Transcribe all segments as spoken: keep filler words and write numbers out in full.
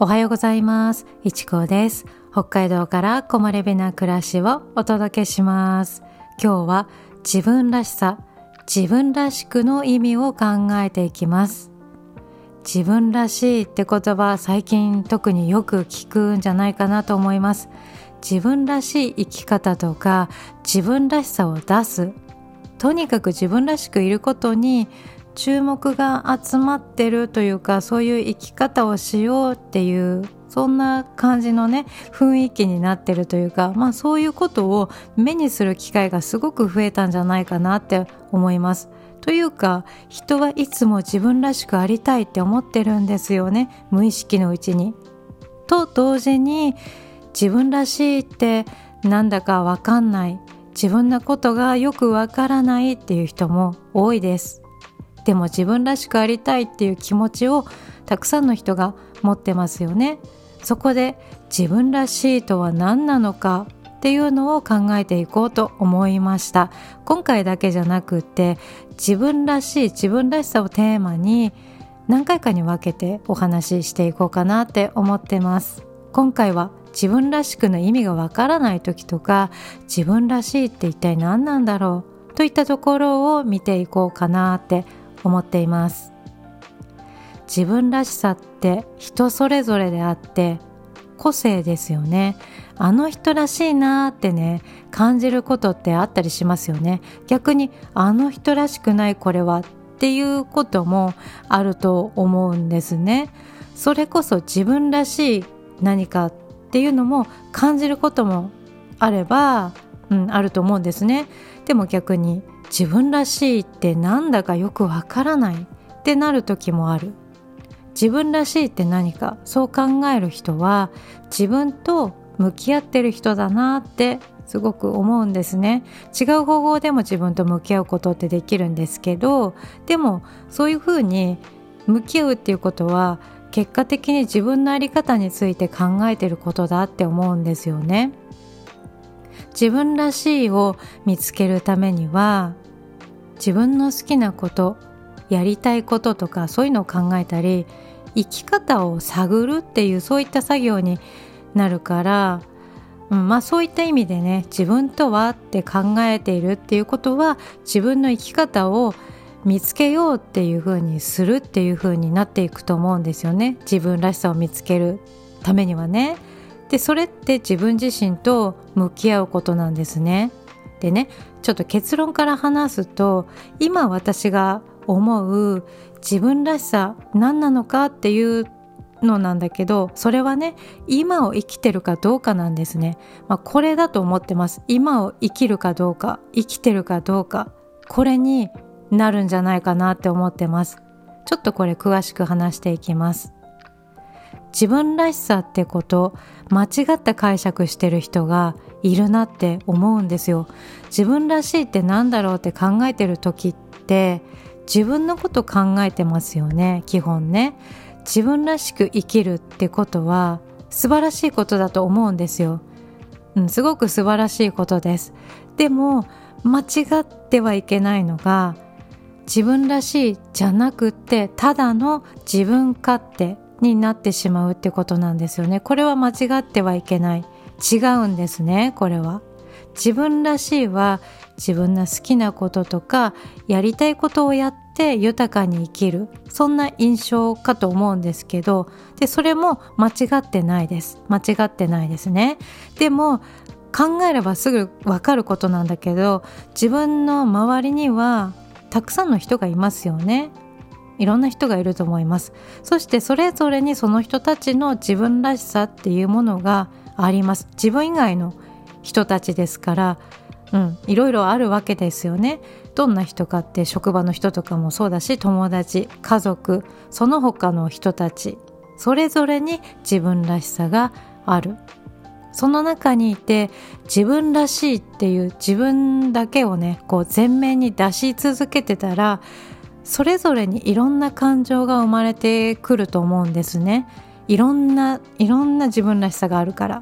おはようございます。いちこです。北海道から木漏れ日な暮らしをお届けします。今日は自分らしさ、自分らしくの意味を考えていきます。自分らしいって言葉、最近特によく聞くんじゃないかなと思います。自分らしい生き方とか、自分らしさを出す。とにかく自分らしくいることに注目が集まってるというか、そういう生き方をしようっていうそんな感じのね雰囲気になってるというか、まあそういうことを目にする機会がすごく増えたんじゃないかなって思います。というか、人はいつも自分らしくありたいって思ってるんですよね、無意識のうちに。と同時に、自分らしいってなんだかわかんない、自分のことがよくわからないっていう人も多いです。でも自分らしくありたいっていう気持ちをたくさんの人が持ってますよね。そこで自分らしいとは何なのかっていうのを考えていこうと思いました。今回だけじゃなくて、自分らしい、自分らしさをテーマに何回かに分けてお話ししていこうかなって思ってます。今回は自分らしくの意味がわからない時とか、自分らしいって一体何なんだろうといったところを見ていこうかなって思っています。自分らしさって人それぞれであって個性ですよね。あの人らしいなーってね感じることってあったりしますよね。逆にあの人らしくないこれはっていうこともあると思うんですね。それこそ自分らしい何かっていうのも感じることもあれば、うん、あると思うんですね。でも逆に自分らしいってなんだかよくわからないってなる時もある。自分らしいって何か、そう考える人は自分と向き合ってる人だなってすごく思うんですね。違う方法でも自分と向き合うことってできるんですけど、でもそういうふうに向き合うっていうことは結果的に自分の在り方について考えてることだって思うんですよね。自分らしいを見つけるためには、自分の好きなこと、やりたいこととかそういうのを考えたり、生き方を探るっていうそういった作業になるから、うん、まあそういった意味でね、自分とはって考えているっていうことは、自分の生き方を見つけようっていう風にするっていう風になっていくと思うんですよね。自分らしさを見つけるためにはね。で、それって自分自身と向き合うことなんですね。でね、ちょっと結論から話すと、今私が思う自分らしさ何なのかっていうのなんだけど、それはね、今を生きてるかどうかなんですね。まあ、これだと思ってます。今を生きるかどうか、生きてるかどうか、これになるんじゃないかなって思ってます。ちょっとこれ詳しく話していきます。自分らしさってこと間違った解釈してる人がいるなって思うんですよ。自分らしいってなんだろうって考えてる時って自分のこと考えてますよね、基本ね。自分らしく生きるってことは素晴らしいことだと思うんですよ、うん、すごく素晴らしいことです。でも間違ってはいけないのが、自分らしいじゃなくってただの自分勝手になってしまうってことなんですよね。これは間違ってはいけない。違うんですね。これは自分らしいは自分の好きなこととかやりたいことをやって豊かに生きる、そんな印象かと思うんですけど、でそれも間違ってないです。間違ってないですね。でも考えればすぐ分かることなんだけど、自分の周りにはたくさんの人がいますよね。いろんな人がいると思います。そしてそれぞれにその人たちの自分らしさっていうものがあります。自分以外の人たちですから、うん、いろいろあるわけですよね。どんな人かって職場の人とかもそうだし、友達、家族、その他の人たち、それぞれに自分らしさがある。その中にいて自分らしいっていう自分だけをねこう前面に出し続けてたら、それぞれにいろんな感情が生まれてくると思うんですね。いろんないろんな自分らしさがあるから。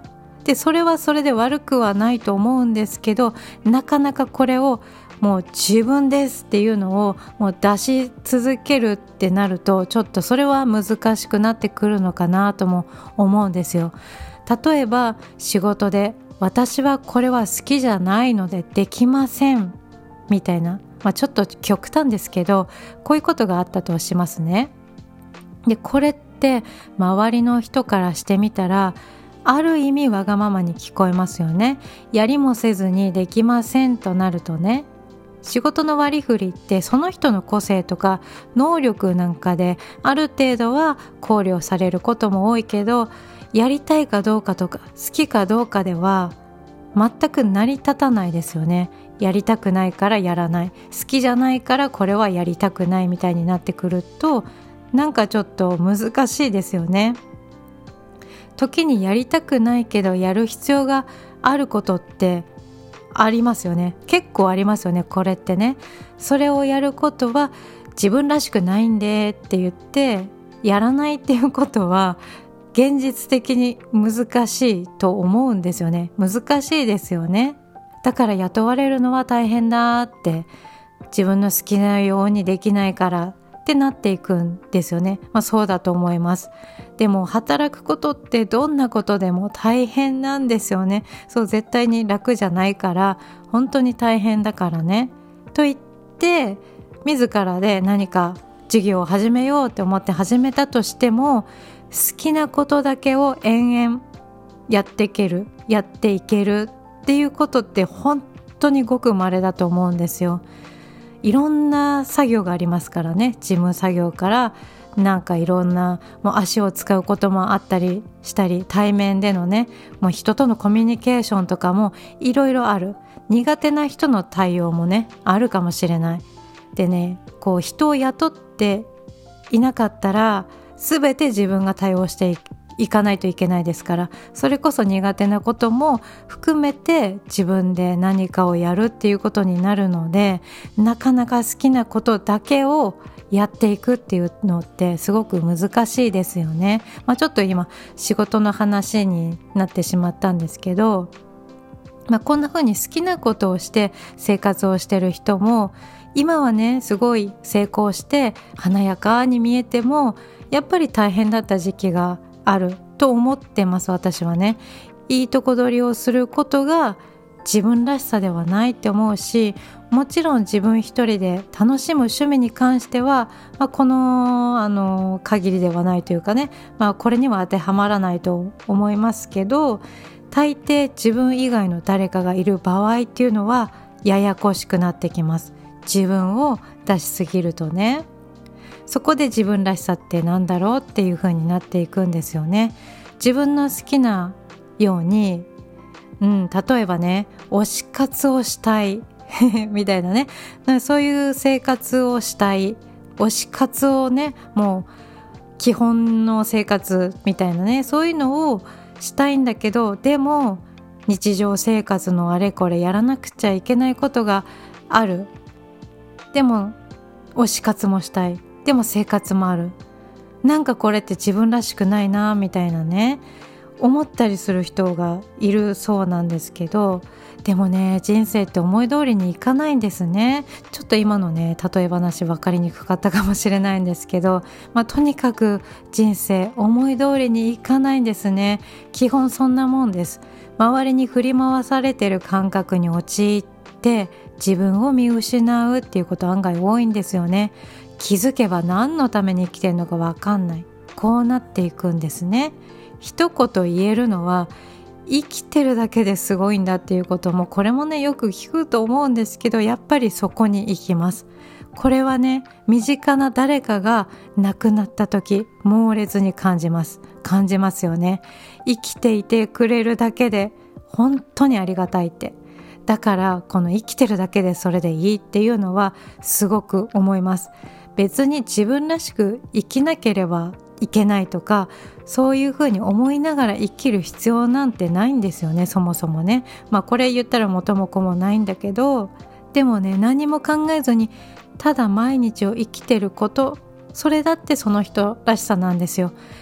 でそれはそれで悪くはないと思うんですけど、なかなかこれをもう自分ですっていうのをもう出し続けるってなると、ちょっとそれは難しくなってくるのかなとも思うんですよ。例えば仕事で私はこれは好きじゃないのでできませんみたいな、まあ、ちょっと極端ですけどこういうことがあったとしますね。でこれって周りの人からしてみたらある意味わがままに聞こえますよね。やりもせずにできませんとなるとね、仕事の割り振りってその人の個性とか能力なんかである程度は考慮されることも多いけど、やりたいかどうかとか好きかどうかでは全く成り立たないですよね。やりたくないからやらない、好きじゃないからこれはやりたくないみたいになってくると、なんかちょっと難しいですよね。時にやりたくないけどやる必要があることってありますよね。結構ありますよね、これってね。それをやることは自分らしくないんでって言ってやらないっていうことは現実的に難しいと思うんですよね。難しいですよね。だから雇われるのは大変だって、自分の好きなようにできないからってなっていくんですよね。まあそうだと思います。でも働くことってどんなことでも大変なんですよね。そう、絶対に楽じゃないから本当に大変だからね。と言って自らで何か事業を始めようって思って始めたとしても、好きなことだけを延々やっていけるやっていけるっていうことって本当にごく稀だと思うんですよ。いろんな作業がありますからね。事務作業からなんかいろんなもう足を使うこともあったりしたり、対面でのねもう人とのコミュニケーションとかもいろいろある。苦手な人の対応もねあるかもしれない。でね、こう人を雇っていなかったら全て自分が対応していかないといけないですから、それこそ苦手なことも含めて自分で何かをやるっていうことになるので、なかなか好きなことだけをやっていくっていうのってすごく難しいですよね。まあ、ちょっと今仕事の話になってしまったんですけど、まあ、こんな風に好きなことをして生活をしてる人も今はねすごい成功して華やかに見えてもやっぱり大変だった時期があると思ってます。私はね、いいとこ取りをすることが自分らしさではないって思うし、もちろん自分一人で楽しむ趣味に関しては、まあ、この、あの限りではないというかね、まあ、これには当てはまらないと思いますけど、大抵自分以外の誰かがいる場合っていうのはややこしくなってきます。自分を出しすぎるとね、そこで自分らしさってなんだろうっていう風になっていくんですよね。自分の好きなように、うん、例えばね推し活をしたいみたいなね、そういう生活をしたい、推し活をねもう基本の生活みたいなね、そういうのをしたいんだけど、でも日常生活のあれこれやらなくちゃいけないことがある。でも推し活もしたい、でも生活もある。なんかこれって自分らしくないなみたいなね思ったりする人がいるそうなんですけど、でもね人生って思い通りにいかないんですね。ちょっと今のね例え話分かりにくかったかもしれないんですけど、まあ、とにかく人生思い通りにいかないんですね。基本そんなもんです。周りに振り回されてる感覚に陥って自分を見失うっていうこと案外多いんですよね。気づけば何のために生きてるのか分かんない、こうなっていくんですね。一言言えるのは生きてるだけですごいんだっていうことも、これもねよく聞くと思うんですけど、やっぱりそこに行きます。これはね身近な誰かが亡くなった時猛烈に感じます感じますよね。生きていてくれるだけで本当にありがたいって。だからこの生きてるだけでそれでいいっていうのはすごく思います。別に自分らしく生きなければいけないとか、そういうふうに思いながら生きる必要なんてないんですよね、そもそもね。まあこれ言ったら元も子もないんだけど、でもね何も考えずにただ毎日を生きてること、それだってその人らしさなんですよ。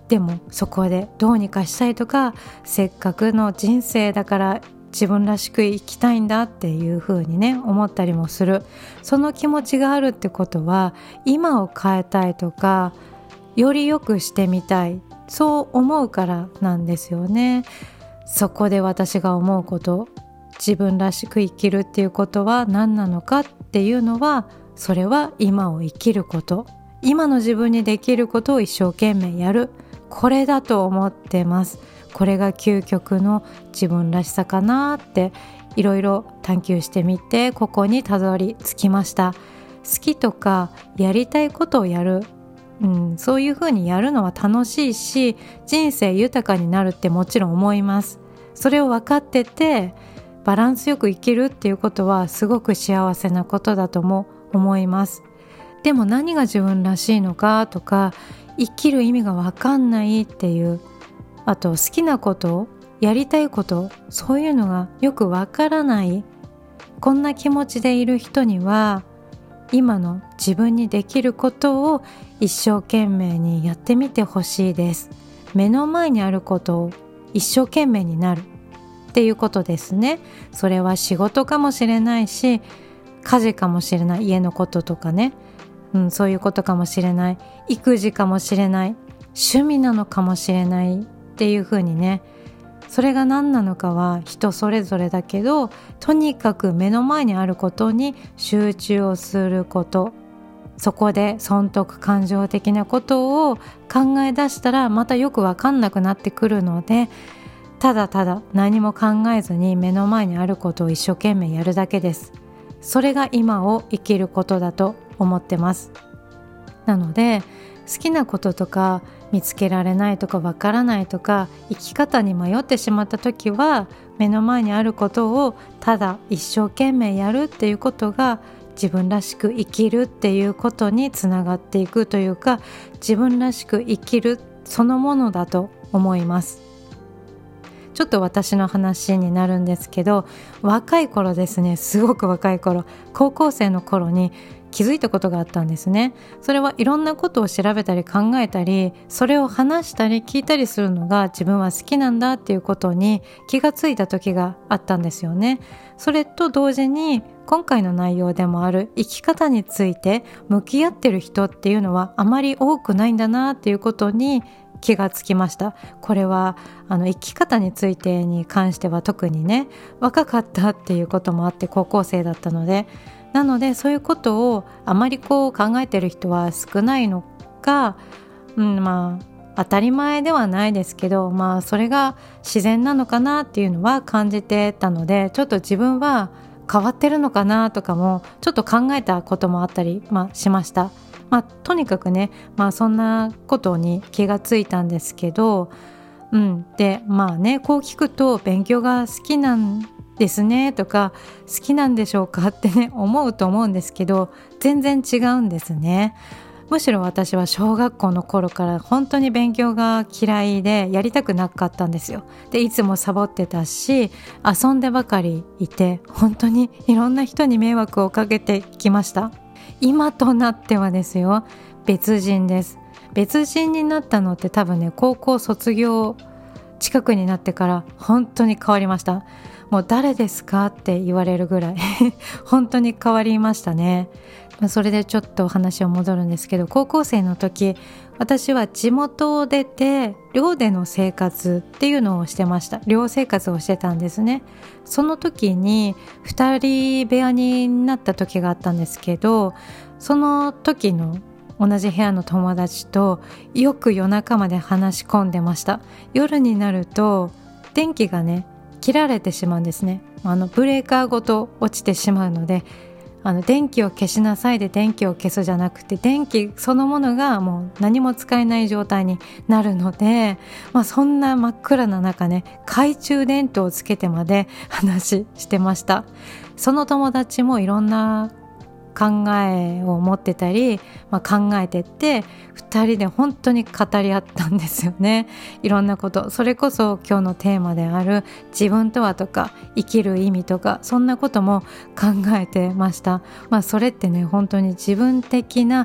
でもそこでどうにかしたいとか、せっかくの人生だから自分らしく生きたいんだっていう風にね思ったりもする。その気持ちがあるってことは、今を変えたいとかより良くしてみたい、そう思うからなんですよね。そこで私が思うこと、自分らしく生きるっていうことは何なのかっていうのは、それは今を生きること、今の自分にできることを一生懸命やる、これだと思ってます。これが究極の自分らしさかなっていろいろ探求してみて、ここにたどり着きました。好きとかやりたいことをやる、うん、そういうふうにやるのは楽しいし、人生豊かになるってもちろん思います。それを分かっててバランスよく生きるっていうことはすごく幸せなことだとも思います。でも何が自分らしいのかとか、生きる意味が分かんないっていう、あと好きなこと、やりたいこと、そういうのがよく分からない、こんな気持ちでいる人には、今の自分にできることを一生懸命にやってみてほしいです。目の前にあることを一生懸命になるっていうことですね。それは仕事かもしれないし、家事かもしれない、家のこととかね、うん、そういうことかもしれない、育児かもしれない、趣味なのかもしれないっていうふうにね、それが何なのかは人それぞれだけど、とにかく目の前にあることに集中をすること、そこで損得感情的なことを考え出したらまたよく分かんなくなってくるので、ただただ何も考えずに目の前にあることを一生懸命やるだけです。それが今を生きることだと思ってます。なので好きなこととか見つけられないとかわからないとか、生き方に迷ってしまった時は、目の前にあることをただ一生懸命やるっていうことが自分らしく生きるっていうことにつながっていくというか、自分らしく生きるそのものだと思います。ちょっと私の話になるんですけど、若い頃ですね、すごく若い頃、高校生の頃に気づいたことがあったんですね。それはいろんなことを調べたり考えたり、それを話したり聞いたりするのが自分は好きなんだっていうことに気がついた時があったんですよね。それと同時に今回の内容でもある生き方について向き合ってる人っていうのはあまり多くないんだなっていうことに気がつきました。これはあの生き方についてに関しては特にね、若かったっていうこともあって、高校生だったので、なのでそういうことをあまりこう考えてる人は少ないのか、うん、まあ当たり前ではないですけど、まあそれが自然なのかなっていうのは感じてたので、ちょっと自分は変わってるのかなとかもちょっと考えたこともあったり、まあ、しました。まあ、とにかくね、まあ、そんなことに気がついたんですけど、うん、でまあね、こう聞くと勉強が好きなんですねとか、好きなんでしょうかってね思うと思うんですけど、全然違うんですね。むしろ私は小学校の頃から本当に勉強が嫌いでやりたくなかったんですよ。でいつもサボってたし、遊んでばかりいて、本当にいろんな人に迷惑をかけてきました。今となってはですよ、別人です。別人になったのって多分ね、高校卒業近くになってから本当に変わりました。もう誰ですかって言われるぐらい本当に変わりましたね。それでちょっと話を戻るんですけど、高校生の時、私は地元を出て寮での生活っていうのをしてました。寮生活をしてたんですね。その時にふたり部屋になった時があったんですけど、その時の同じ部屋の友達とよく夜中まで話し込んでました。夜になると電気がね切られてしまうんですね。あのブレーカーごと落ちてしまうので、あの電気を消しなさいで電気を消すじゃなくて、電気そのものがもう何も使えない状態になるので、まあ、そんな真っ暗な中ね、懐中電灯をつけてまで話してました。その友達もいろんな考えを持ってたり、まあ、考えてってふたりで本当に語り合ったんですよね。いろんなこと、それこそ今日のテーマである自分とはとか生きる意味とか、そんなことも考えてました。まあ、それってね、本当に自分的な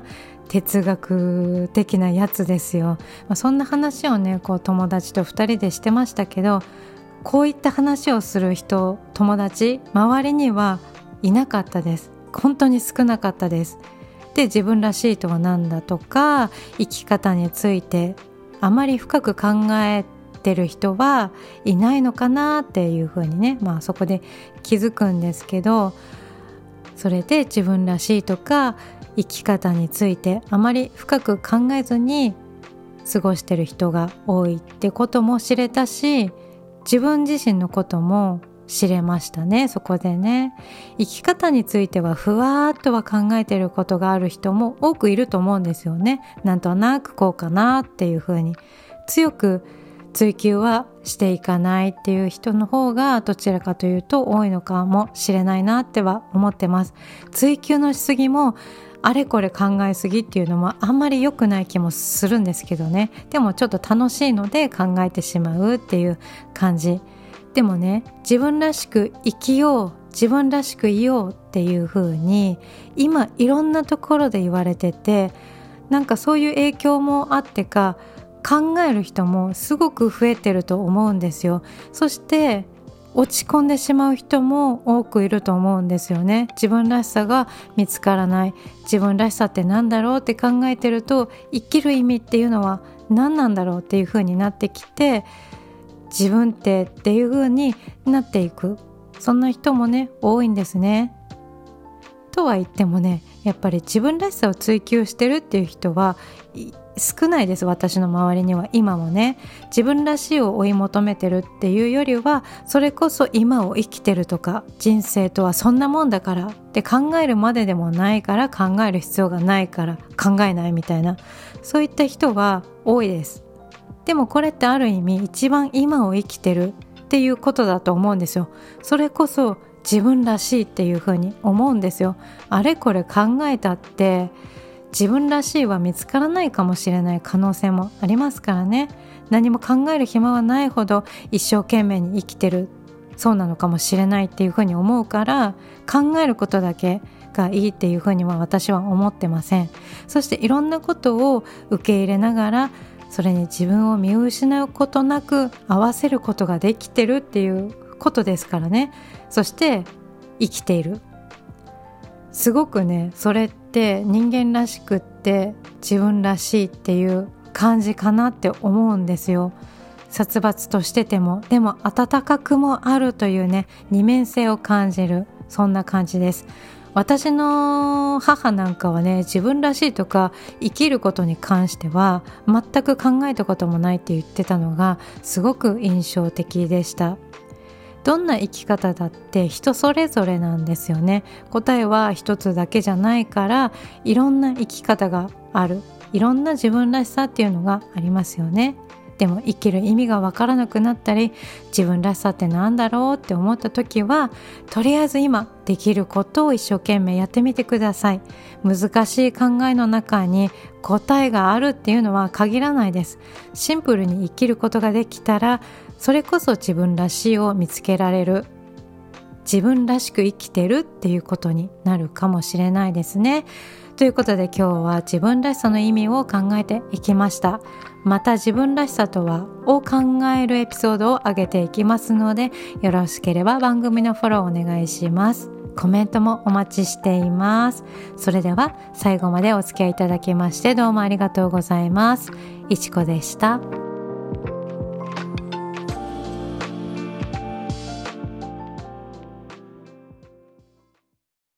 哲学的なやつですよ。まあ、そんな話をねこう友達とふたりでしてましたけど、こういった話をする人、友達周りにはいなかったです。本当に少なかったです。で、自分らしいとは何だとか生き方についてあまり深く考えてる人はいないのかなっていうふうにね、まあそこで気づくんですけど、それで自分らしいとか生き方についてあまり深く考えずに過ごしてる人が多いってことも知れたし、自分自身のことも知れましたね。そこでね、生き方についてはふわーっとは考えてることがある人も多くいると思うんですよね。なんとなくこうかなっていうふうに強く追求はしていかないっていう人の方がどちらかというと多いのかもしれないなっては思ってます。追求のしすぎもあれこれ考えすぎっていうのもあんまり良くない気もするんですけどね。でもちょっと楽しいので考えてしまうっていう感じ。でもね、自分らしく生きよう、自分らしくいようっていう風に今いろんなところで言われてて、なんかそういう影響もあってか考える人もすごく増えてると思うんですよ。そして落ち込んでしまう人も多くいると思うんですよね。自分らしさが見つからない、自分らしさって何だろうって考えてると、生きる意味っていうのは何なんだろうっていう風になってきて、自分ってっていう風になっていく、そんな人もね多いんですね。とは言ってもね、やっぱり自分らしさを追求してるっていう人は少ないです。私の周りには今もね、自分らしいを追い求めてるっていうよりは、それこそ今を生きてるとか、人生とはそんなもんだからって考えるまででもないから、考える必要がないから考えないみたいな、そういった人は多いです。でもこれってある意味一番今を生きてるっていうことだと思うんですよ。それこそ自分らしいっていうふうに思うんですよ。あれこれ考えたって自分らしいは見つからないかもしれない可能性もありますからね。何も考える暇はないほど一生懸命に生きてる、そうなのかもしれないっていうふうに思うから、考えることだけがいいっていうふうには私は思ってません。そしていろんなことを受け入れながら、それに自分を見失うことなく合わせることができてるっていうことですからね。そして生きている、すごくね、それって人間らしくって自分らしいっていう感じかなって思うんですよ。殺伐としててもでも温かくもあるというね、二面性を感じる、そんな感じです。私の母なんかはね、自分らしいとか生きることに関しては全く考えたこともないって言ってたのがすごく印象的でした。どんな生き方だって人それぞれなんですよね。答えは一つだけじゃないから、いろんな生き方がある、いろんな自分らしさっていうのがありますよね。でも生きる意味がわからなくなったり、自分らしさってなんだろうって思った時は、とりあえず今できることを一生懸命やってみてください。難しい考えの中に答えがあるっていうのは限らないです。シンプルに生きることができたら、それこそ自分らしいを見つけられる、自分らしく生きてるっていうことになるかもしれないですね。ということで今日は自分らしさの意味を考えていきました。また自分らしさとはを考えるエピソードを上げていきますので、よろしければ番組のフォローお願いします。コメントもお待ちしています。それでは最後までお付き合いいただきましてどうもありがとうございます。いちこでした。